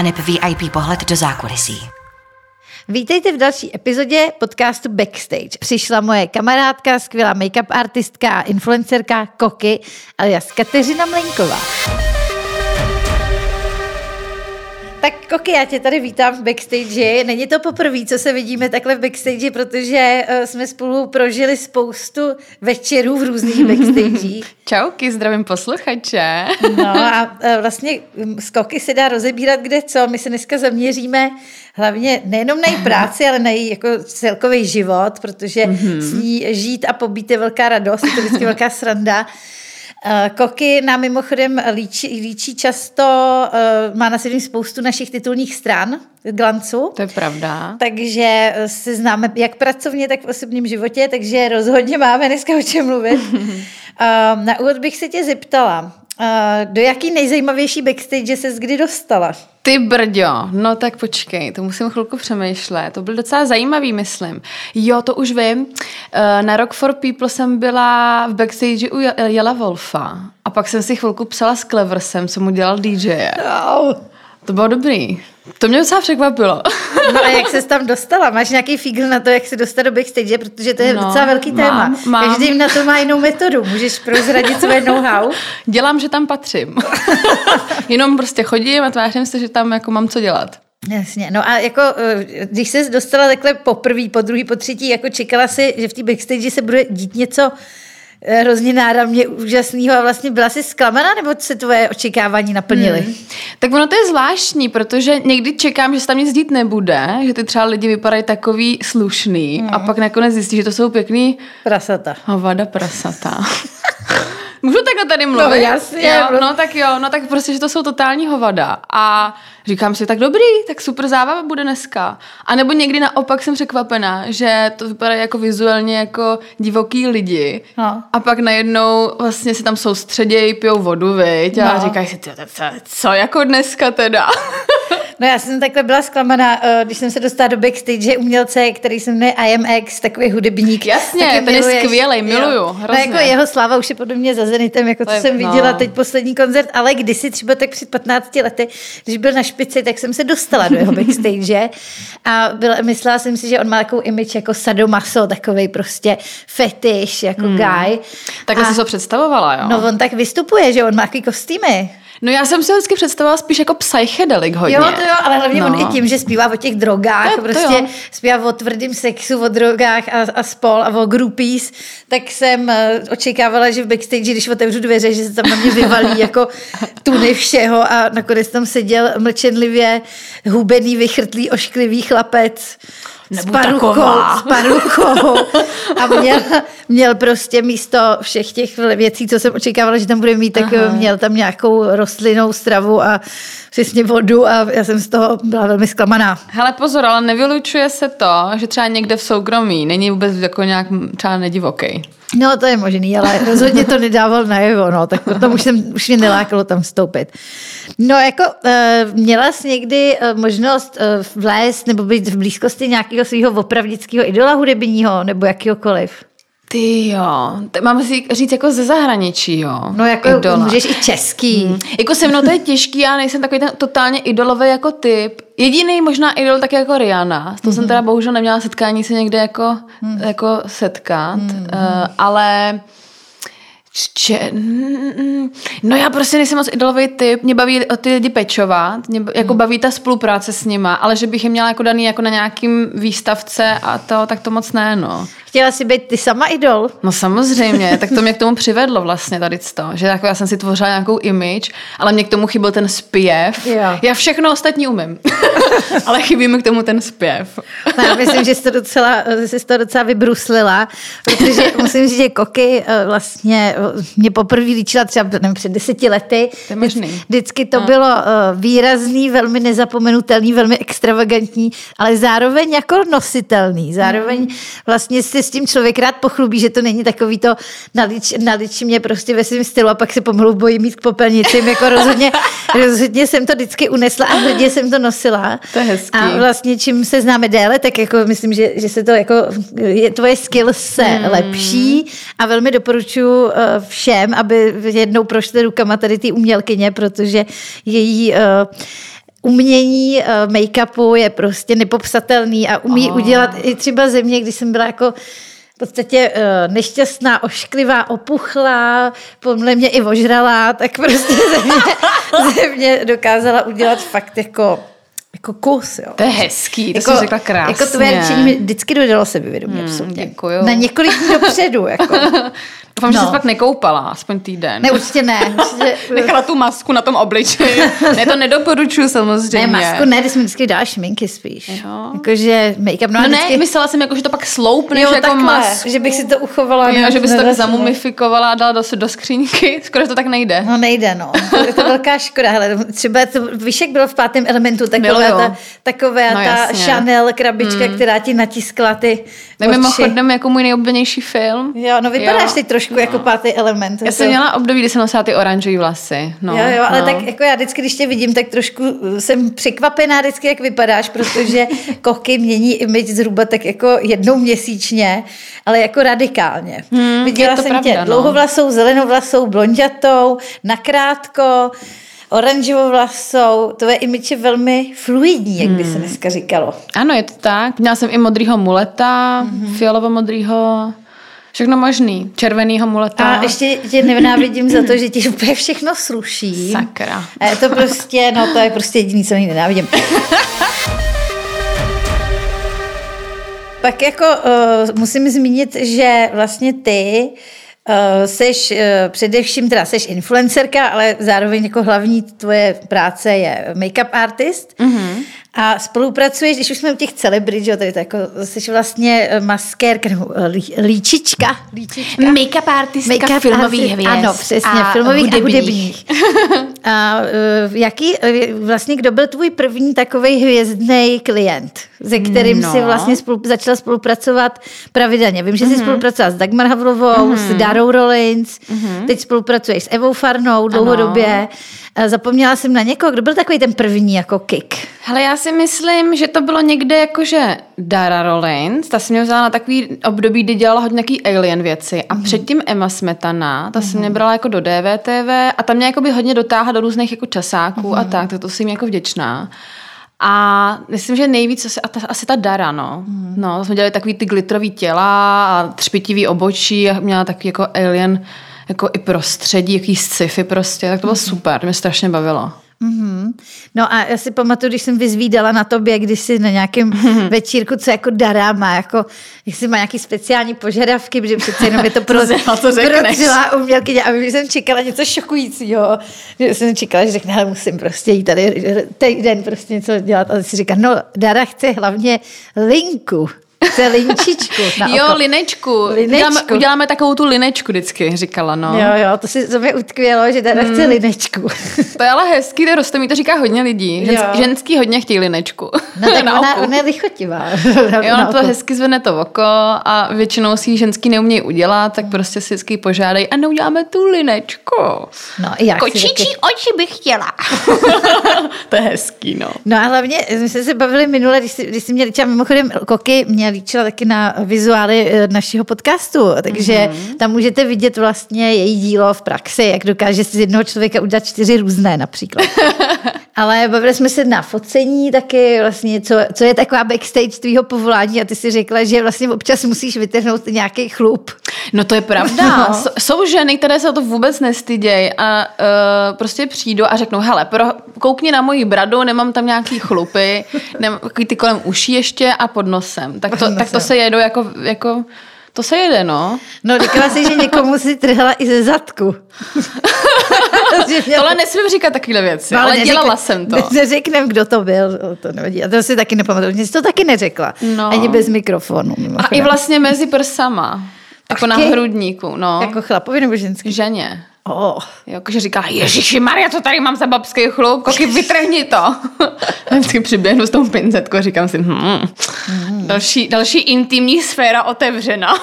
aneb VIP pohled do zákulisí. Vítejte v další epizodě podcastu Backstage. Přišla moje kamarádka, skvělá make-up artistka a influencerka Koky alias Kateřina Mlejnková. Tak Koky, já tě tady vítám v Backstage. Není to poprvé, co se vidíme takhle v Backstage, protože jsme spolu prožili spoustu večerů v různých Backstagech. Čauky, zdravím posluchače. No a vlastně z Koky se dá rozebírat kde co. My se dneska zaměříme hlavně nejenom na její práci, ale na její jako celkový život, protože s ní žít a pobít je velká radost, je to vždycky velká sranda. Koky nám mimochodem líčí často, má na svědomí spoustu našich titulních stran Glancu. To je pravda. Takže se známe jak pracovně, tak v osobním životě, takže rozhodně máme dneska o čem mluvit. Na úvod bych se tě zeptala, do jaký nejzajímavější backstage ses kdy dostala? Ty brďo, no tak počkej, to musím chvilku přemýšlet. To byl docela zajímavý, myslím. Jo, to už vím. Na Rock for People jsem byla v backstage u Jela Wolfa a pak jsem si chvilku psala s Cleversem, co mu dělal DJ. To bylo dobrý. To mě docela překvapilo. No a jak ses tam dostala? Máš nějaký fígl na to, jak se dostat do backstage, protože to je docela velký téma. Mám. Každý na to má jinou metodu. Můžeš prozradit své know-how? Dělám, že tam patřím. Jenom prostě chodím a tvářím se, že tam jako mám co dělat. Jasně, no a jako, když ses dostala takhle poprvý, po druhý, po třetí, jako čekala si, že v té backstage se bude dít něco hrozně náramně úžasného a vlastně byla jsi zklamaná, nebo se tvoje očekávání naplnily? Tak ono to je zvláštní, protože někdy čekám, že se tam nic dít nebude, že ty třeba lidi vypadají takový slušný a pak nakonec zjistí, že to jsou pěkný prasata. Hovada prasata. Můžu takhle tady mluvit? No jasně. No tak prostě, že to jsou totální hovada. A říkám si, tak dobrý, tak super zábava bude dneska. A nebo někdy naopak jsem překvapená, že to vypadá jako vizuálně jako divoký lidi. No. A pak najednou vlastně se tam soustředějí, pijou vodu, viď? A říkají si, co jako dneska teda? No já jsem takhle byla zklamaná, když jsem se dostala do backstage umělce, který se jmenuje IMX, takový hudebník. Jasně, ten je skvělej, miluju, hrozně. No jako jeho sláva už je podle mě za Zenitem, jako co jsem viděla teď poslední koncert, ale kdysi třeba tak před 15 lety, když byl na špici, tak jsem se dostala do jeho backstage a myslela jsem si, že on má takovou image jako sadomaso, takovej prostě fetiš, jako guy. Takhle jsi to představovala, jo? No on tak vystupuje, že on má takový kostýmy. No já jsem si ho vždycky představovala spíš jako psychedelic hodně. Jo, ale hlavně on i tím, že zpívá o těch drogách, prostě zpívá o tvrdým sexu, o drogách a spol a o groupies, tak jsem očekávala, že v backstage, když otevřu dveře, že se tam na mě vyvalí jako tuny všeho a nakonec tam seděl mlčenlivě hubený, vychrtlý, ošklivý chlapec. S parukou a měl prostě místo všech těch věcí, co jsem očekávala, že tam bude mít, tak měl tam nějakou rostlinnou stravu a přesně vodu a já jsem z toho byla velmi zklamaná. Hele pozor, ale nevylučuje se to, že třeba někde v soukromí není vůbec jako nějak třeba nedivokej. No to je možný, ale rozhodně to nedával najevo, no, tak potom už mě nelákalo tam vstoupit. No jako měla jsi někdy možnost vlézt nebo být v blízkosti nějakého svého opravdického idola hudebního nebo jakýhokoliv? Ty jo, mám si říct jako ze zahraničí, jo. No jako idola. Můžeš i český. Jako se mnou to je těžký, já nejsem takový ten totálně idolový jako typ. Jediný možná idol tak jako Rihanna. S tou jsem teda bohužel neměla setkání se někde jako setkat, ale... No já prostě nejsem moc idolový typ, mě baví ty lidi pečovat, mě jako baví ta spolupráce s nima, ale že bych je měla jako daný jako na nějakým výstavce a to, tak to moc ne, no. Chtěla jsi být ty sama idol? No samozřejmě, tak to mě k tomu přivedlo vlastně tady to, že jako já jsem si tvořila nějakou image, ale mě k tomu chyběl ten zpěv. Jo. Já všechno ostatní umím, ale chybí mi k tomu ten zpěv. No, já myslím, že jsi to docela vybruslila, protože musím říct, že Koky vlastně mě poprvé líčila třeba před 10 lety. To je možný. Vždycky to bylo výrazný, velmi nezapomenutelný, velmi extravagantní, ale zároveň jako nositelný. Zároveň vlastně se s tím člověk rád pochlubí, že to není takový to nalič mě prostě ve svém stylu a pak se pomalu bojím mít k popelnicím. Jako rozhodně jsem to vždycky unesla a hrdě jsem to nosila. To je hezký. A vlastně čím se známe déle, tak jako myslím, že se to jako tvoje skills se lepší a velmi doporučuji všem, aby jednou prošli rukama tady ty umělkyně, protože její umění make-upu je prostě nepopsatelný a umí udělat i třeba ze mě, když jsem byla jako v podstatě nešťastná, ošklivá, opuchlá, podle mě i ožralá, tak prostě ze mě dokázala udělat fakt jako kus, jo. To je hezký, to jsi řekla krásně. Jako tvoje řečení mi vždycky dodalo sebevědomí, absolutně. Děkuju. Na několik dní dopředu, jako. Doufám, že jsi pak nekoupala, aspoň týden. Ne, určitě ne. Nechala tu masku na tom obličeji. Ne, to nedoporučuji samozřejmě. Ne, masku ne, ty jsme vždycky dala šminky spíš. Jakože make-up. No ne, myslela jsem jako, že to pak sloupneš jo, jako masku. že bych si to uchovala. Jo, že bys to tak zamumifikovala a dala do skříňky. Skoro to tak nejde. No nejde, no. Je to velká škoda. Hele, třeba to, víš, jak bylo v 5. elementu, taková ta Chanel krabička, která ti natiskla ty oči. Mimochodem jako můj nejoblíbenější film. Jo, no vypadáš ty trošku jako 5. element. Já jsem měla období, kdy jsem nosila ty oranžový vlasy. Jo, ale tak jako já vždycky, když tě vidím, tak trošku jsem překvapená vždycky, jak vypadáš, protože koky mění image zhruba tak jako jednou měsíčně, ale jako radikálně. Viděla jsem tě dlouhovlasou, zelenovlasou, blonďatou, nakrátko, oranžovou vlasou, tvoje image je velmi fluidní, jak by se dneska říkalo. Ano, je to tak. Měla jsem i modrýho muleta, fialovo-modrýho, všechno možný, červenýho muleta. A ještě tě nenávidím za to, že ti úplně všechno sluší. Sakra. A je to prostě, to je prostě jediný, co nenávidím. Pak jako musím zmínit, že vlastně ty seš především, teda seš influencerka, ale zároveň jako hlavní tvoje práce je make-up artist. A spolupracuješ, když už jsme u těch celebrit, že tady to jako, jsi vlastně maskérka, nebo líčička. Make-up artistka filmových hvězd. Ano, přesně, filmových a hudebních. A vlastně kdo byl tvůj první takovej hvězdnej klient, se kterým jsi vlastně začala spolupracovat pravidelně? Vím, že jsi spolupracovala s Dagmar Havlovou, s Darou Rollins, teď spolupracuješ s Evou Farnou dlouhodobě. Zapomněla jsem na někoho, kdo byl takový ten první jako kick? Hele, já si myslím, že to bylo někde jakože Dara Rollins, ta si mě vzala na takový období, kdy dělala hodně nějaký alien věci a předtím Emma Smetana, ta se mě brala jako do DVTV a ta mě jakoby hodně dotáhla do různých jako časáků a tak to jsem jako vděčná. A myslím, že nejvíc asi ta Dara, no. No, jsme dělali takový ty glitterový těla a třpitivý obočí a měla takový jako alien jako i prostředí, jaký sci-fi prostě, tak to bylo super, to mě strašně bavilo. No a já si pamatuju, když jsem vyzvídala na tobě, když jsi na nějakém večírku, co jako Dara má, jako, jestli má nějaký speciální požadavky, protože přece jenom je to pro celá umělkyně a my jsem čekala něco šokujícího, že jsem čekala, že řekne, ale musím prostě jít tady týden prostě něco dělat a si říká, no Dara chce hlavně linku. Chce linčičku. Jo, linečku. Uděláme takovou tu linečku vždycky, říkala, no. Jo, to mě utkvělo, že teda chce linečku. To je ale hezký, to rostomí to říká hodně lidí. Ženský hodně chtějí linečku. No tak ona je lichotivá. Jo, ona to hezky zvedne to oko a většinou si ženský neumějí udělat, tak prostě si vždycky požádají a neuděláme tu linečku. No, jak kočičí oči bych chtěla. To je hezký, no. No a hlavně, my jsme se bavili minule, když jsi měli třeba mimochodem Koky mě líčila taky na vizuály našeho podcastu, takže tam můžete vidět vlastně její dílo v praxi, jak dokáže si z jednoho člověka udělat 4 různé například. Ale bavili jsme se na focení taky vlastně, co je taková backstage tvýho povolání a ty si řekla, že vlastně občas musíš vytrhnout nějaký chlup. No to je pravda. No. Jsou ženy, které se o to vůbec nestydějí a prostě přijdou a řeknou, hele, koukni na moji bradu, nemám tam nějaký chlupy, takový ty kolem uší ještě a pod nosem. Tak to se jedou jako to se jede, no. No, říkala si, že někomu si trhla i ze zadku. Tohle nesmím říkat takovýhle věci, ale dělala jsem to. Neřeknem, kdo to byl, to nevadí. A to si taky nepamatuju, že jsi to taky neřekla. No. Ani bez mikrofonu. A i vlastně mezi prsama. Jako na hrudníku, no. Jako chlapovi nebo ženský? Ženě. Jakože říká, Ježišimarja, co tady mám za babský chlup, Koky, vytrhni to. Vždycky přiběhnu s tou pinzetkou a říkám si, další intimní sféra otevřena.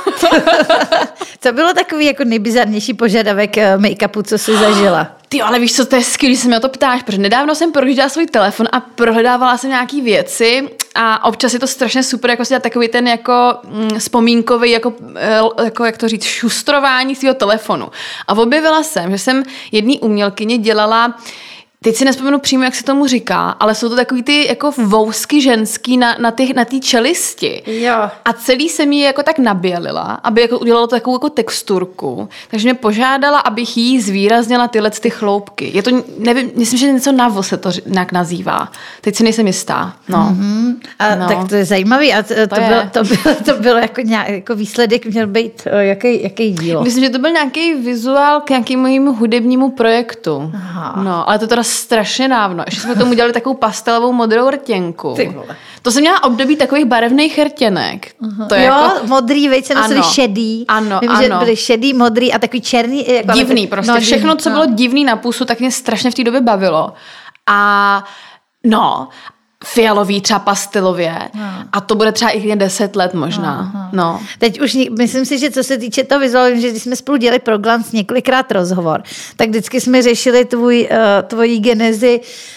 Co bylo takový jako nejbizarnější požadavek make-upu, co jsi zažila? Ty, ale víš, co to je skvělý, že se mi o to ptáš, protože nedávno jsem prohlížela svůj telefon a prohledávala jsem nějaký věci a občas je to strašně super, jako si dát takový ten jako vzpomínkový, jako jak to říct, šustrování svého telefonu. A objevila jsem, že jsem jedný umělkyni dělala teď si nespomenu přímo, jak se tomu říká, ale jsou to takový ty jako vousky ženský na té čelisti. Jo. A celý jsem ji jako tak nabělila, aby jako udělala takovou jako texturku. Takže mě požádala, abych jí zvýraznila tyhle ty chloupky. Je to, nevím, myslím, že něco navo se to nějak nazývá. Teď si nejsem jistá. No. Mm-hmm. A no. Tak to je zajímavý. A to bylo jako výsledek, měl být jaký dílo? Myslím, že to byl nějaký vizuál k nějakému mému hudebnímu projektu. Aha. No, ale to teda strašně dávno. Ještě jsme tomu dělali takovou pastelovou modrou rtěnku. To jsem měla období takových barevných rtěnek. To je jako... modrý, vejce nosili šedý. Ano, vím, že byly šedý, modrý a takový černý. Jako divný prostě. Všechno, co bylo divný na pusu, tak mě strašně v té době bavilo. A fialový, třeba pastelově. A to bude třeba i 10 let možná. No. Teď už myslím si, že co se týče toho vizuálu, že když jsme spolu dělali pro Glance několikrát rozhovor, tak vždycky jsme řešili tvoji genezi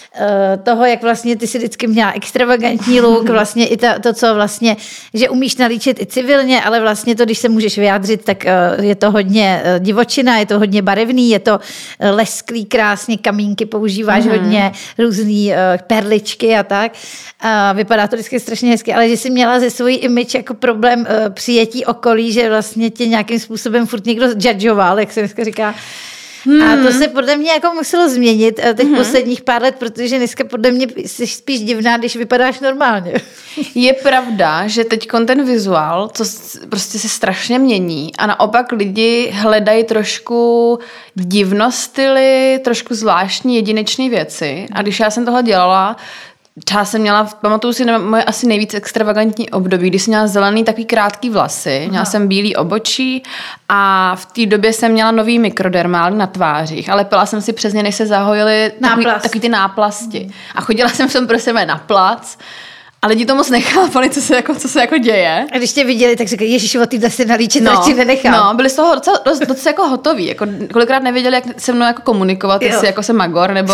toho, jak vlastně ty si vždycky měla extravagantní look, vlastně i to, co vlastně, že umíš nalíčit i civilně, ale vlastně to, když se můžeš vyjádřit, tak je to hodně divočina, je to hodně barevný, je to lesklý, krásně, kamínky používáš hodně, různý perličky a tak. A vypadá to vždycky strašně hezky, ale že jsi měla ze svojí image jako problém přijetí okolí, že vlastně tě nějakým způsobem furt někdo judgeoval, jak se dneska říká. A to se podle mě jako muselo změnit teď posledních pár let, protože dneska podle mě jsi spíš divná, když vypadáš normálně. Je pravda, že teď ten vizuál, to prostě se strašně mění a naopak lidi hledají trošku divnostyly, trošku zvláštní jedinečné věci. A když já jsem tohle dělala, třeba jsem měla, pamatuju si na moje asi nejvíc extravagantní období, když jsem měla zelený takový krátký vlasy, měla jsem bílý obočí a v té době jsem měla nový mikrodermál na tvářích, ale lepila jsem si přes ně, než se zahojily takový ty náplasti. A chodila jsem v tom pro sebe na plac a lidi to moc nechápali, co se jako děje. A když tě viděli, tak řekli, ježiši, o týhle se nalíčit, radši nenechám. No, byli z toho docela jako hotoví. Jako, kolikrát nevěděli, jak se mnou jako komunikovat, jestli jako jsem magor, nebo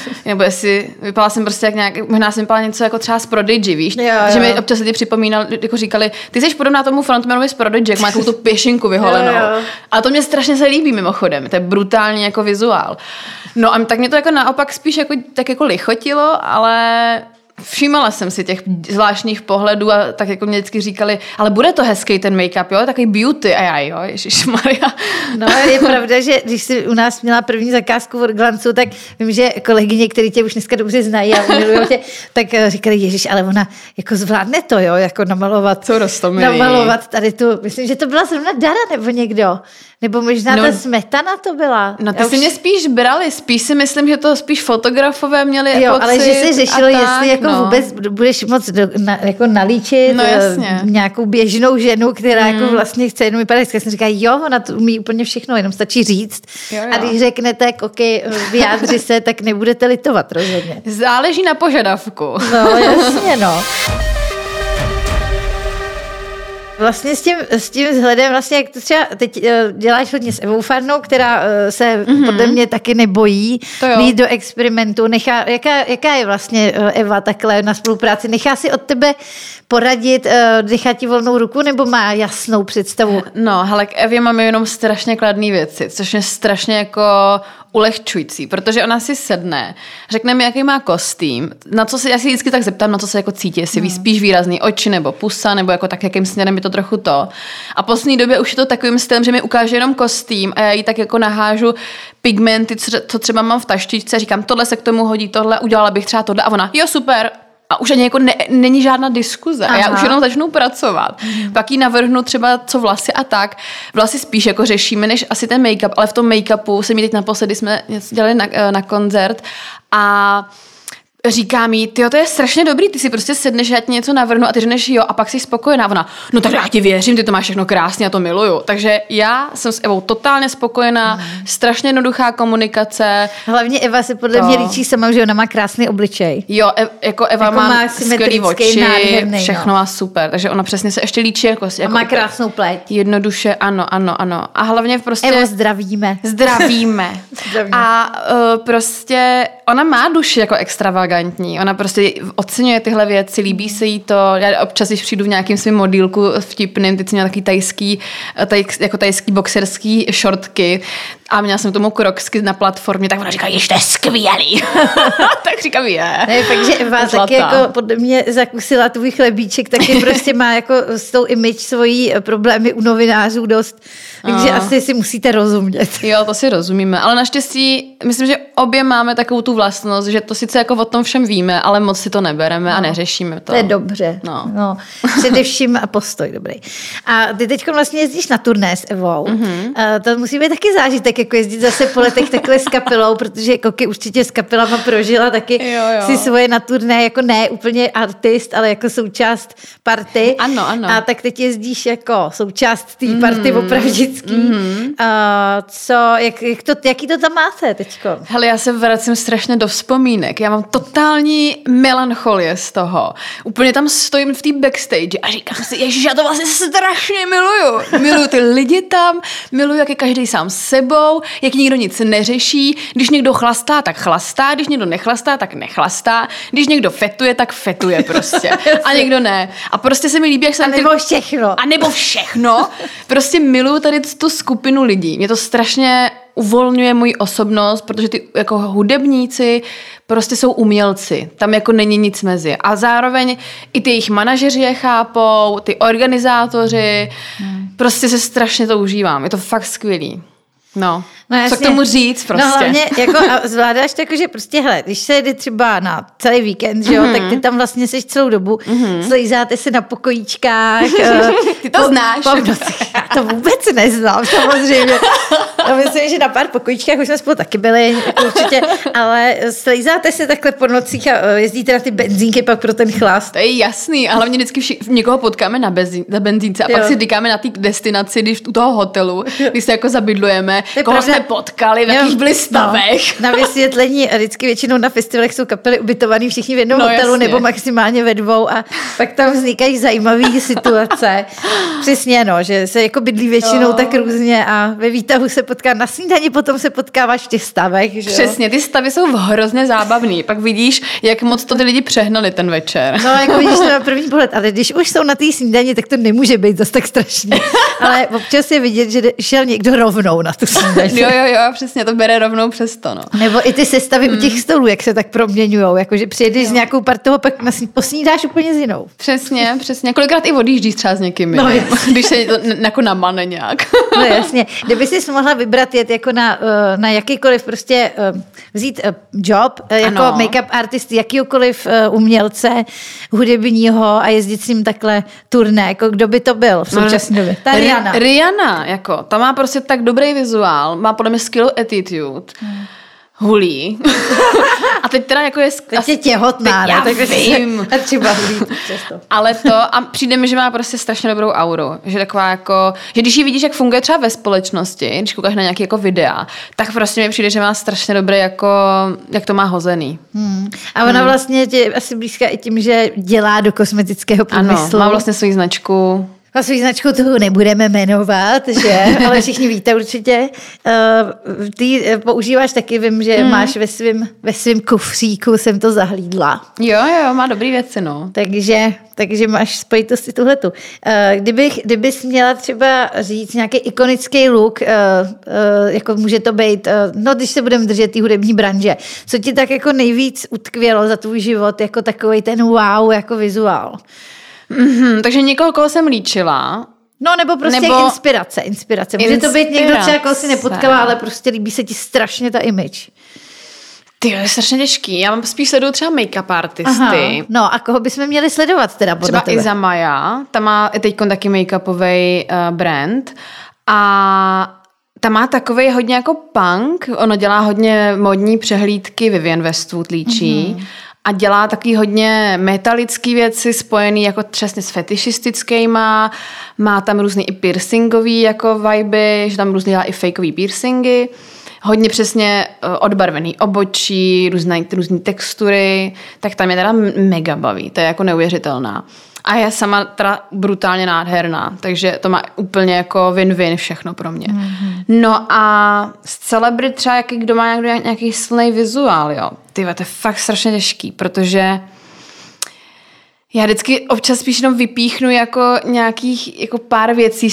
jestli vypadala jsem prostě jak nějak, možná jsem vypadala něco jako třeba z Prodigy, víš? Že mi občas lidi připomínali, jako říkali, ty jsi podobná tomu frontmanovi z Prodigy, jak má takovou tu pěšinku vyholenou. A to mě strašně se líbí mimochodem, to je brutálně jako vizuál. No a tak mě to jako naopak spíš jako, tak jako lichotilo, ale všímala jsem si těch zvláštních pohledů a tak jako mě vždycky říkali, ale bude to hezký ten make-up, jo, takový beauty. A já, jo, ježišmarja. No je pravda, že když jsi u nás měla první zakázku od Glancu, tak vím, že kolegyně, které tě už dneska dobře znají a milujou tě, tak říkali, ježiš, ale ona jako zvládne to, jo, jako namalovat tady tu, myslím, že to byla zrovna Dara nebo někdo. Nebo možná ta Smetana to byla. No ty si mě spíš brali, spíš si myslím, že to spíš fotografové měli pocit. Jo, ale že si řešilo, jestli jako vůbec budeš moc jako nalíčit nějakou běžnou ženu, která jako vlastně chce jenom vypadat. Já jsem říkala, jo, ona to umí úplně všechno, jenom stačí říct. Jo. A když řeknete, ok, vyjádři se, tak nebudete litovat rozhodně. Záleží na požadavku. No, jasně, no. Vlastně s tím vzhledem, vlastně jak to třeba teď děláš hodně s Evou Farnou, která se podle mě taky nebojí jít do experimentu. Jaká je vlastně Eva takhle na spolupráci? Nechá si od tebe poradit, nechá ti volnou ruku, nebo má jasnou představu? No, hele, k Evě máme jenom strašně kladné věci, což je strašně jako ulehčující, protože ona si sedne, řekne mi, jaký má kostým, na co se, já si vždycky tak zeptám, na co se jako cítí, jestli ví spíš výrazný oči nebo pusa, nebo jako tak, jakým směrem je to trochu to. A poslední době už je to takovým stylem, že mi ukáže jenom kostým a já jí tak jako nahážu pigmenty, co třeba mám v taštičce, říkám, tohle se k tomu hodí, tohle, udělala bych třeba tohle a ona, jo, super. A už ani jako není žádná diskuze. A já už jenom začnu pracovat. Pak jí navrhnu třeba co vlasy a tak. Vlasy spíš jako řešíme, než asi ten make-up, ale v tom make-upu se mi teď naposledy jsme něco dělali na koncert a říká mi, tyjo, to je strašně dobrý, ty si prostě sedneš, já ti něco navrhnu a ty řekneš jo a pak jsi spokojená. Ona, no tak já ti věřím, ty to máš všechno krásně, já to miluju. Takže já jsem s Evou totálně spokojená, strašně jednoduchá komunikace. Hlavně Eva se podle mě líčí sama, že ona má krásný obličej. Jo, jako Eva má skvělý oči, všechno má super, takže ona přesně se ještě líčí jako a má krásnou pleť. Jednoduše, ano. A hlavně prostě Evo, zdravíme. A prostě ona má duši jako extravagantní. extravagantní. Ona prostě oceňuje tyhle věci, líbí se jí to. Já občas, když přijdu v nějakém svým modílku vtipným, teď jsem měla takový tajský boxerský šortky a měla jsem tomu kroksky na platformě, tak ona říká, jež to je skvělý. Tak říkám, Ne, takže Eva taky jako podle mě zakusila tvůj chlebíček, taky prostě má jako s tou image svojí problémy u novinářů dost, takže asi si musíte rozumět. Jo, to si rozumíme, ale naštěstí myslím, že obě máme takovou tu vlastnost, že to sice jako o tom všem víme, ale moc si to nebereme a neřešíme to. To je dobře. No. Především postoj dobrý. A ty teď vlastně jezdíš na turné s Evou. To musí být taky zážitek, jako jezdit zase po letech takhle s kapelou, protože Koky určitě s kapelama prožila taky si svoje na turné, jako ne úplně artist, ale jako součást party. Ano. A tak teď jezdíš jako součást té party opravdický. Jaký to tam máte teďko? Hele, já se vracím strašně do vzpomínek. Já mám totální melancholie z toho. Úplně tam stojím v té backstage a říkám si, ježiš, já to vlastně strašně miluju. Miluju ty lidi tam, miluju, jak je každý sám s sebou, jak nikdo nic neřeší. Když někdo chlastá, tak chlastá, když někdo nechlastá, tak nechlastá. Když někdo fetuje, tak fetuje prostě. A někdo ne. A prostě se mi líbí, jak jsem... A nebo všechno. Prostě miluju tady tu skupinu lidí. Mě to strašně uvolňuje moji osobnost, protože ty jako hudebníci prostě jsou umělci. Tam jako není nic mezi. A zároveň i ty jejich manažeři je chápou, ty organizátoři. Prostě se strašně to užívám. Je to fakt skvělý. No co k tomu říct prostě. No hlavně, jako a zvládáš to jako, že prostě, hele, když se jde třeba na celý víkend, že jo, tak ty tam vlastně seš celou dobu, slejzáte se na pokojíčkách. Ty to znáš. Já to vůbec neznám, samozřejmě. Já myslím, že na pár pokojíčkách už jsme spolu taky byli, určitě, ale slejzáte se takhle po nocích a jezdíte na ty benzínky pak pro ten chlast. To je jasný, a hlavně vždycky někoho potkáme na benzínce a pak si říkáme na té destinaci, když u toho hotelu, když se jako zabydlujeme, koho jsme potkali, v jakých byli stavech. Na vysvětlení, vždycky většinou na festivalech jsou kapely ubytovaný všichni v jednom hotelu jasně. nebo maximálně ve dvou a pak tam vznikají zajímavé situace. Přesně, že se jako bydlí většinou tak různě a ve výtahu se potká na snídani, potom se potkáváš v těch stavech. Že jo? Přesně, ty stavy jsou hrozně zábavný. Pak vidíš, jak moc to ty lidi přehnali ten večer. No, jako vidíš to na první pohled, ale když už jsou na té snídani, tak to nemůže být zase tak strašně. Ale občas je vidět, že šel někdo rovnou na tu snídani. Jo, přesně, to bere rovnou přes to, no. Nebo i ty sestavy u těch stolů, jak se tak proměňujou, jakože přijedeš s nějakou partou a pak posnídáš úplně s jinou. Přesně. Kolikrát i odjíždíš třeba s někým, když se to jako namane nějak. No jasně. Kdyby jsi mohla vybrat jet jako na jakýkoliv prostě vzít job jako make-up artist jakýkoliv umělce hudebního a jezdit s ním takhle turné, jako kdo by to byl v současné době? Ta Rihanna. Rihanna, jako, ta má prostě tak dobrý vizuál, má podle mě skvělou attitude. Hulí. A teď teda jako je... Teď je těhotná, já vím. A třeba hulí přesto. Ale to, a přijde mi, že má prostě strašně dobrou auru. Že taková jako, že když ji vidíš, jak funguje třeba ve společnosti, když koukáš na nějaký jako videa, tak prostě mi přijde, že má strašně dobré jako, jak to má hozený. A ona vlastně je asi blízká i tím, že dělá do kosmetického průmyslu. Ano, má vlastně svou značku. A svou značku toho nebudeme jmenovat, že? Ale všichni víte určitě. Ty používáš taky, vím, že máš ve svém kufříku, jsem to zahlídla. Jo, má dobrý věci, no. Takže máš spojitosti tuhletu. Kdybys měla třeba říct nějaký ikonický look, jako může to být, když se budeme držet té hudební branže, co ti tak jako nejvíc utkvělo za tvůj život, jako takovej ten wow, jako vizuál? Takže někoho, koho jsem líčila. No, nebo prostě inspirace. Může to být někdo třeba, koho si nepotkala, ale prostě líbí se ti strašně ta image. Ty, je strašně těžký. Já mám spíš sleduju třeba make-up artisty. Aha. No a koho bychom měli sledovat teda podle tebe? Třeba Iza Maja, ta má teď taky make-upový brand a ta má takovej hodně jako punk, ono dělá hodně modní přehlídky, Vivienne Westwood líčí. A dělá taky hodně metalické věci spojený jako přesně s fetišistickýma, má tam různý i piercingový jako vibe, že tam různý dělá i fakeový piercingy, hodně přesně odbarvený obočí, různý textury, tak tam je teda mega baví, to je jako neuvěřitelná. A je sama teda brutálně nádherná, takže to má úplně jako win-win všechno pro mě. No a z celebrit třeba kdo má nějaký silný vizuál, jo. Tyhle, to je fakt strašně těžký, protože já vždycky občas spíš jenom vypíchnu jako nějakých jako pár věcí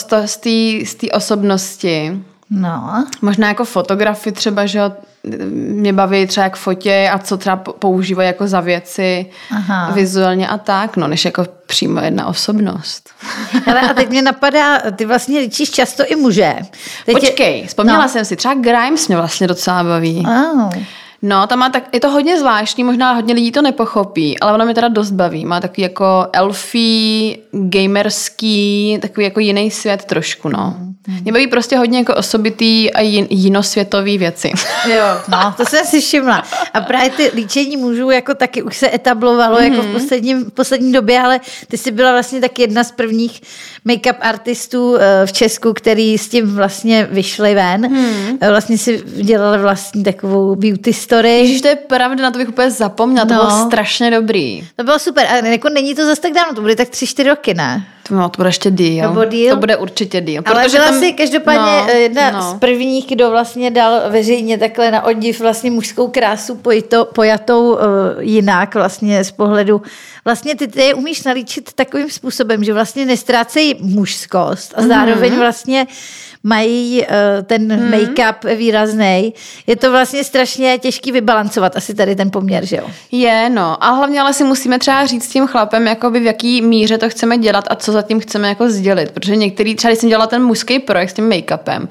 z té osobnosti. No. Možná jako fotografy třeba, že mě baví třeba jak fotě a co třeba používají jako za věci vizuálně a tak, no, než jako přímo jedna osobnost. Hele, a teď mě napadá, ty vlastně líčíš často i muže. Počkej, vzpomněla jsem si, třeba Grimes mě vlastně docela baví. No, tam má je to hodně zvláštní, možná hodně lidí to nepochopí, ale ono mě teda dost baví. Má takový jako elfí, gamerský, takový jako jiný svět trošku, no. Mě baví prostě hodně jako osobitý a jinosvětový věci. Jo, no, to jsem si všimla. A právě ty líčení mužů jako taky už se etablovalo jako v poslední době, ale ty jsi byla vlastně taky jedna z prvních make-up artistů v Česku, který s tím vlastně vyšli ven. Vlastně si dělali vlastní takovou beauty story. Ježiš, to je pravda, na to bych úplně zapomněla, to bylo strašně dobrý. To bylo super, a jako není to zase tak dávno, to bude tak 3-4 roky, ne? No, to bude ještě díl. To bude určitě díl. Ale byla si každopádně jedna z prvních, kdo vlastně dal veřejně takhle na odiv vlastně mužskou krásu pojatou jinak vlastně z pohledu. Vlastně ty je umíš nalíčit takovým způsobem, že vlastně nestrácejí mužskost a zároveň vlastně mají ten make-up výraznej. Je to vlastně strašně těžký vybalancovat asi tady ten poměr, že jo? Je, no. A hlavně ale si musíme třeba říct s tím chlapem, jakoby v jaký míře to chceme dělat a co zatím chceme jako sdělit. Protože některý, třeba když jsem dělala ten mužský projekt s tím make-upem,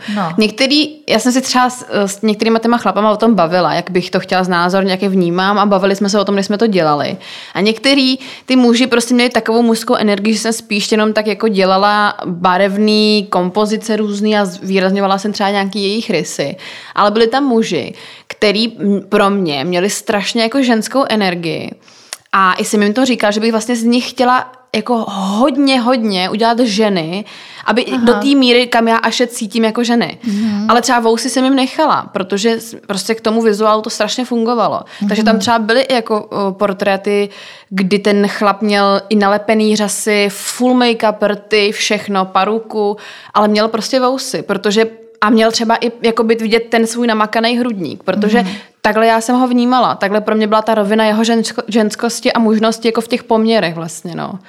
já jsem si třeba s některýma těma chlapama o tom bavila, jak bych to chtěla znázornit, jak je vnímám a bavili jsme se o tom, když jsme to dělali. A některý ty muži prostě měli takovou mužskou energii, že jsem spíš jenom tak jako dělala barevný kompozice různý a zvýrazňovala jsem třeba nějaký jejich rysy. Ale byli tam muži, který pro mě měli strašně jako ženskou energii. A i jsem jim to říkala, že bych vlastně z nich chtěla jako hodně udělat ženy, aby do té míry, kam já až je cítím jako ženy. Ale třeba vousy jsem jim nechala, protože prostě k tomu vizuálu to strašně fungovalo. Takže tam třeba byly i jako portréty, kdy ten chlap měl i nalepený řasy, full make-up, rty, všechno, paruku, ale měl prostě vousy, protože a měl třeba i jako být vidět ten svůj namakaný hrudník, protože takhle já jsem ho vnímala. Takhle pro mě byla ta rovina jeho ženskosti a mužnosti jako v těch poměrech vlastně, no.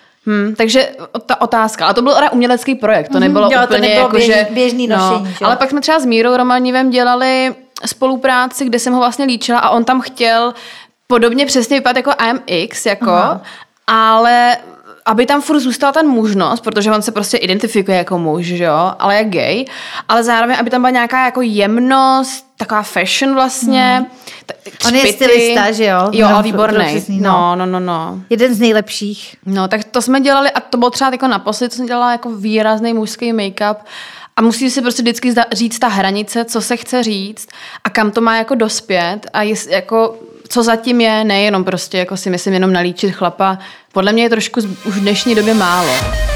Takže ta otázka. Ale to byl umělecký projekt, to nebylo úplně to nebylo jako, běžný nošení. Ale pak jsme třeba s Mírou Romanivem dělali spolupráci, kde jsem ho vlastně líčila a on tam chtěl podobně přesně vypadat jako IMX, jako, ale aby tam furt zůstal ten mužnost, protože on se prostě identifikuje jako muž, že jo, ale je gay, ale zároveň, aby tam byla nějaká jako jemnost, taková fashion vlastně. On je stylista, že jo? Jo, ale výborný. No. Jeden z nejlepších. No, tak to jsme dělali a to bylo třeba jako naposledy, co jsem dělala jako výrazný mužský make-up a musí si prostě vždycky říct ta hranice, co se chce říct a kam to má jako dospět a jako co zatím je, nejenom prostě jako si myslím jenom nalíčit chlapa. Podle mě je trošku už v dnešní době málo.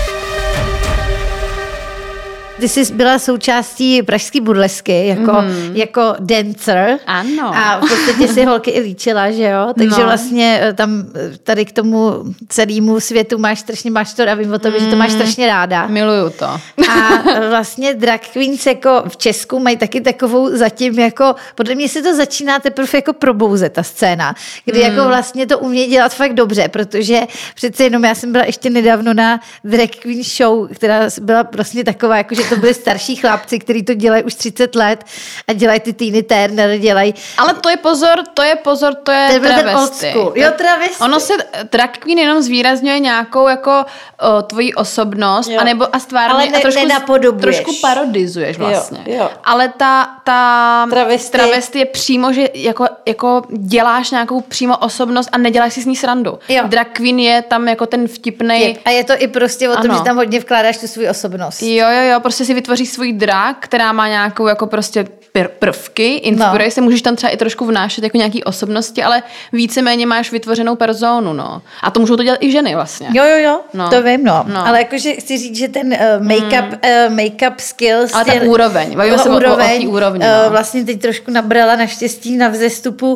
Ty jsi byla součástí pražské burlesky jako dancer. Ano. A v podstatě si holky i líčila, že jo? Takže vlastně tam tady k tomu celému světu máš to a vím o tom, že to máš strašně ráda. Miluju to. A vlastně drag queens jako v Česku mají taky takovou zatím jako, podle mě se to začíná teprve jako probouzet ta scéna, kdy jako vlastně to umějí dělat fakt dobře, protože přece jenom já jsem byla ještě nedávno na drag queen show, která byla vlastně taková, jako že to byli starší chlapci, kteří to dělají už 30 let a dělají ty Tina Turner, dělají. Ale to je travesty. Jo, travesty. Ono se drag queen jenom zvýrazňuje nějakou jako tvoji osobnost, anebo a stvárně a trošku parodizuješ vlastně. Jo. Ale ta travesty je přímo, že jako děláš nějakou přímo osobnost a neděláš si s ní srandu. Jo. Drag queen je tam jako ten vtipnej. A je to i prostě o tom, že tam hodně vkládáš tu svou osobnost. Jo, prostě si vytvoříš svůj drag, která má nějakou jako prostě prvky, inspiruje se, můžeš tam třeba i trošku vnášet jako nějaký osobnosti, ale víceméně máš vytvořenou personu, no. A to můžou to dělat i ženy vlastně. Jo, no. To vím, no. Ale jakože chci říct, že ten make-up skills... Ale ta úroveň, bavíme se o té úrovni. No. Vlastně teď trošku nabrala naštěstí na vzestupu.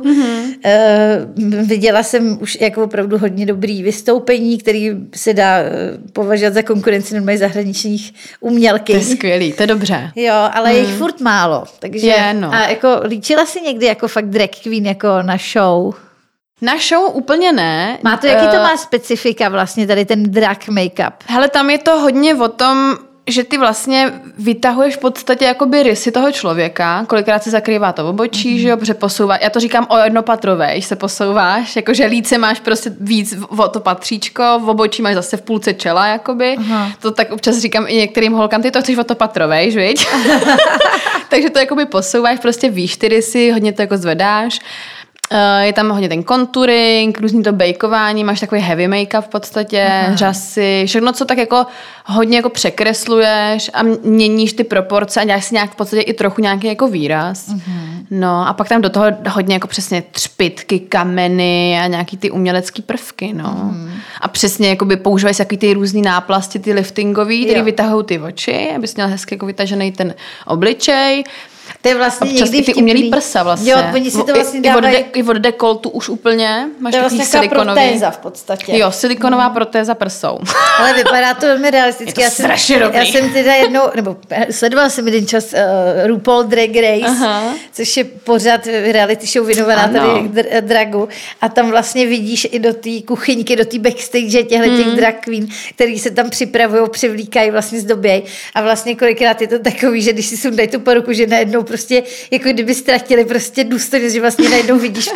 Viděla jsem už jako opravdu hodně dobrý vystoupení, který se dá považovat za konkurenci normálně zahraničních umělky. To je skvělý, to je dobře. Jo, ale je jich furt málo. Takže, a jako líčila jsi někdy jako fakt drag queen jako na show? Na show úplně ne. Má to, jaký to má specifika vlastně tady ten drag make-up? Hele, tam je to hodně o tom, že ty vlastně vytahuješ v podstatě jakoby rysy toho člověka, kolikrát se zakrývá to obočí, že jo, protože posouvá, já to říkám o jednopatrové, se posouváš, jakože líce máš prostě víc o to patříčko, v obočí máš zase v půlce čela, jakoby. To tak občas říkám i některým holkám, ty to chceš o to patrovej, viď? Takže to jakoby posouváš, prostě víš ty rysy, hodně to jako zvedáš. Je tam hodně ten contouring, různý to bejkování, máš takový heavy make-up v podstatě, řasy, všechno, co tak jako hodně jako překresluješ a měníš ty proporce a děláš si nějak v podstatě i trochu nějaký jako výraz. No a pak tam do toho hodně jako přesně třpytky, kameny a nějaký ty umělecký prvky, no. A přesně jakoby používají takový ty různý náplasti, ty liftingový, který vytahují ty oči, abys měl hezky jako vytažený ten obličej. To je vlastně občas někdy i ty umělý prsa vlastně. Jo, oni si to vlastně dávají... I od dekoltu už úplně. Máš to je vlastně silikonový. Protéza v podstatě. Jo, silikonová protéza prsou. Ale vypadá to velmi realisticky. Je to strašně dobrý. Já jsem teda jednou, nebo sledovala jsem jeden čas RuPaul Drag Race, což je pořád reality show věnovaná tady dragu. A tam vlastně vidíš i do té kuchyňky, do té backstage těch drag queen, který se tam připravují, přivlíkají, vlastně zdobějí. A vlastně kolikrát je to takový, že když si sundají tu poruku, že najednou prostě, jako kdyby ztratili prostě důstojnost, že vlastně najednou vidíš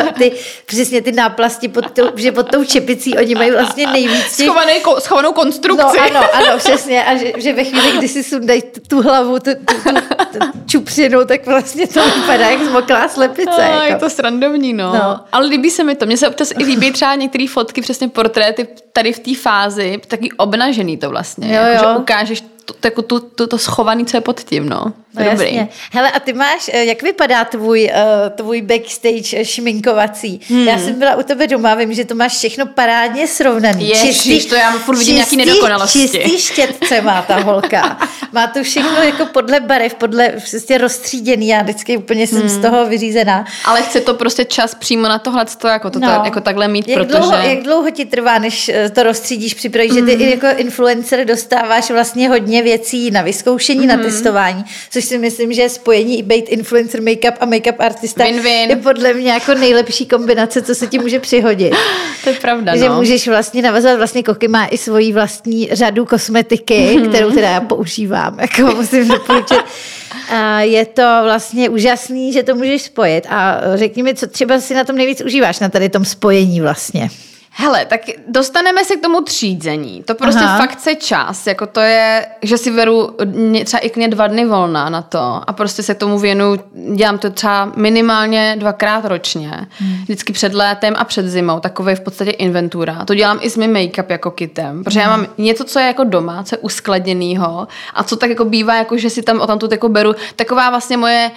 přesně ty náplasti pod tou čepicí, oni mají vlastně nejvíc schovanou konstrukci. No ano, přesně. A že ve chvíli, kdy si sundají tu hlavu, tu čupřinu, tak vlastně to vypadá jak zmoklá slepice. Jako. Je to srandovní, no. Ale líbí se mi to. Mně se občas i líbí třeba některé fotky, přesně portréty tady v té fázi, taky obnažený to vlastně. Jako, že ukážeš to schovaný, co je pod tím, no. Dobrý. Jasně. Hele, a ty máš, jak vypadá tvůj backstage šminkovací? Já jsem byla u tebe doma, vím, že to máš všechno parádně srovnaný. Ježiš, to já furt vidím nějaký nedokonalosti. Čistý štětce má ta holka. Má to všechno jako podle barev, podle prostě rozstříděný, já vždycky úplně jsem z toho vyřízená. Ale chce to prostě čas přímo na tohleto, jako takhle mít, Jak dlouho ti trvá, než to rozstřídíš, připravíš, že ty i jako influencer dostáváš vlastně hodně věcí na vyzkoušení, na testování, což si myslím, že spojení i být influencer make-up a make-up artista je podle mě jako nejlepší kombinace, co se ti může přihodit. To je pravda, že můžeš vlastně navazovat, vlastně Koky má i svoji vlastní řadu kosmetiky, kterou teda já používám, jako musím doporučit. A je to vlastně úžasný, že to můžeš spojit a řekni mi, co třeba si na tom nejvíc užíváš, na tady tom spojení vlastně. Hele, tak dostaneme se k tomu třízení. To prostě fakt chce čas. Jako to je, že si beru třeba i 2 dny volna na to a prostě se tomu věnuju. Dělám to třeba minimálně 2krát ročně. Vždycky před létem a před zimou. Takové v podstatě inventura. To dělám i s mým make-up jako kitem. Protože já mám něco, co je jako doma, co je uskladněnýho a co tak jako bývá, jako že si tam odtamtud jako beru. Taková vlastně moje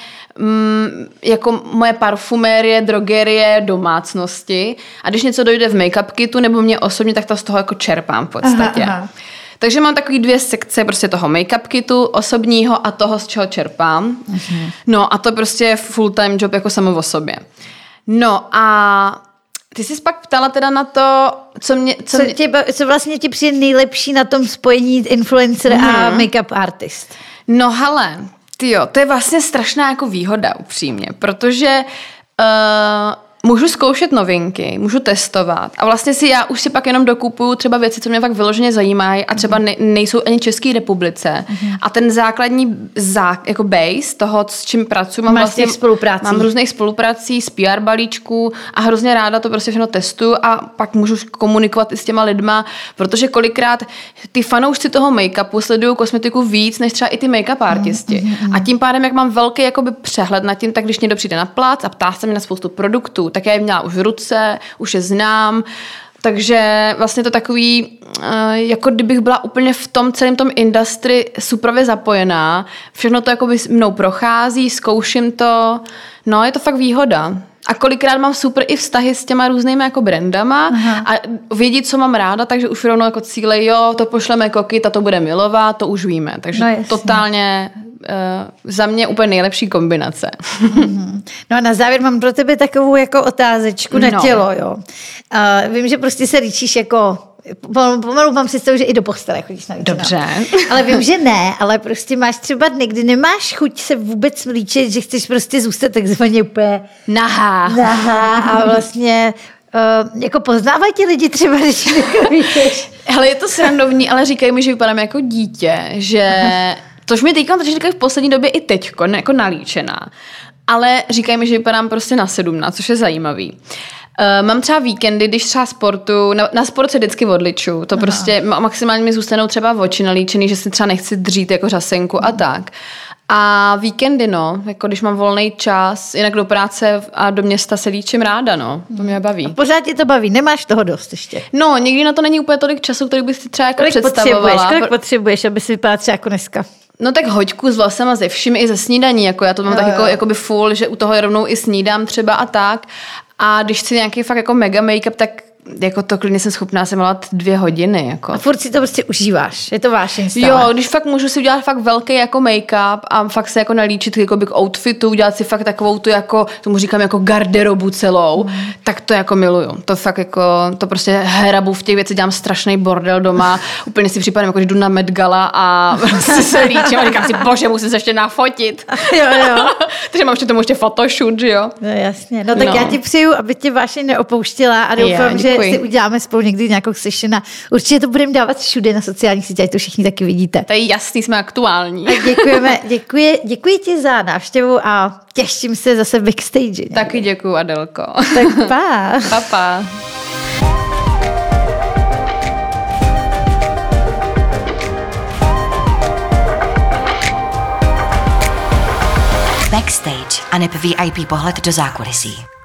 jako moje parfumérie, drogerie, domácnosti. A když něco dojde v make-up kitu nebo mě osobně, tak to z toho jako čerpám v podstatě. Takže mám takový 2 sekce prostě toho make-up kitu, osobního a toho, z čeho čerpám. No a to prostě je full-time job jako samo o sobě. No a ty jsi pak ptala teda na to, co vlastně ti přijde nejlepší na tom spojení influencer a make-up artist? No hele, tyjo, to je vlastně strašná jako výhoda upřímně, protože můžu zkoušet novinky, můžu testovat a vlastně já už si pak jenom dokupuju třeba věci, co mě fakt vyloženě zajímají a třeba nejsou ani v České republice. A ten základní jako base toho, s čím pracuji, mám různých spoluprací z PR balíčků a hrozně ráda to prostě všechno testuju a pak můžu komunikovat i s těma lidma, protože kolikrát ty fanoušci toho make-upu sledují kosmetiku víc, než třeba i ty make-up artisti. A tím pádem, jak mám velký jakoby přehled nad tím, tak když někdo přijde na plac a ptá se mě na spoustu produktů, tak já je měla už v ruce, už je znám, Takže vlastně to takový, jako kdybych byla úplně v tom celém tom industry superově zapojená. Všechno to jako by mnou prochází, zkouším to. No, je to fakt výhoda. A kolikrát mám super i vztahy s těma různými jako brandama a vědí, co mám ráda, takže už rovnou jako cíle, jo, to pošleme koky, ta to bude milovat, to už víme. Takže totálně za mě úplně nejlepší kombinace. No a na závěr mám pro tebe takovou jako otázečku na tělo, jo. Vím, že prostě se líčíš jako pomalu mám představu, že i do postele chodíš na líčenou. Dobře. Ale vím, že ne, ale prostě máš třeba dny, kdy nemáš chuť se vůbec líčit, že chceš prostě zůstat takzvaně úplně nahá a vlastně jako poznávají ti lidi třeba, když nevíš. Hele, je to srandovní, ale říkají mi, že vypadám jako dítě, že tož mi teďka říkají v poslední době i teďko, jako nalíčená. Ale říkají mi, že vypadám prostě na 17, což je zajímavý. Mám třeba víkendy, když třeba sportu, na sport se vždycky odliču, to prostě maximálně mi zůstanou třeba oči nalíčený, že si třeba nechci dřít jako řasenku a tak. A víkendy, no, jako když mám volný čas, jinak do práce a do města se líčím ráda, no, to mě baví. A pořád tě to baví, nemáš toho dost ještě? No, někdy na to není úplně tolik času, který bys si třeba jako představovala. Kolik potřebuješ, aby si vypadala třeba jako dneska? No tak hoďku s vlasama ze vším i ze snídaní, jako já to mám tak jako by full, že u toho rovnou i snídám třeba a tak. A když chci nějaký fakt jako mega make-up, tak jako to klidně jsem schopná se malovat 2 hodiny. Jako. A furt si to prostě užíváš, je to vášeň stále. Jo, když fakt můžu si udělat fakt velký jako make-up a fakt se jako nalíčit jako k outfitu, udělat si fakt takovou tu jako, tomu říkám jako garderobu celou, tak to jako miluju. To fakt jako, to prostě hrabu v těch věcech, dělám strašný bordel doma, úplně si připadám, jako že jdu na Met Gala a prostě se líčím a říkám si, bože, musím se ještě nafotit. Jo. Takže mám ještě tomu ještě photoshoot, že jo? No jasně, no tak já ti přeju, aby tě vášeň neopouštěla a doufám, že si uděláme spolu někdy nějakou session a určitě to budeme dávat všude na sociálních sítích, to všichni taky vidíte. To je jasný, jsme aktuální. Tak děkuji ti za návštěvu a těším se zase v backstage. Taky děkuju, Adelko. Tak pa. Pa. Backstage a neb VIP pohled do zákulisí.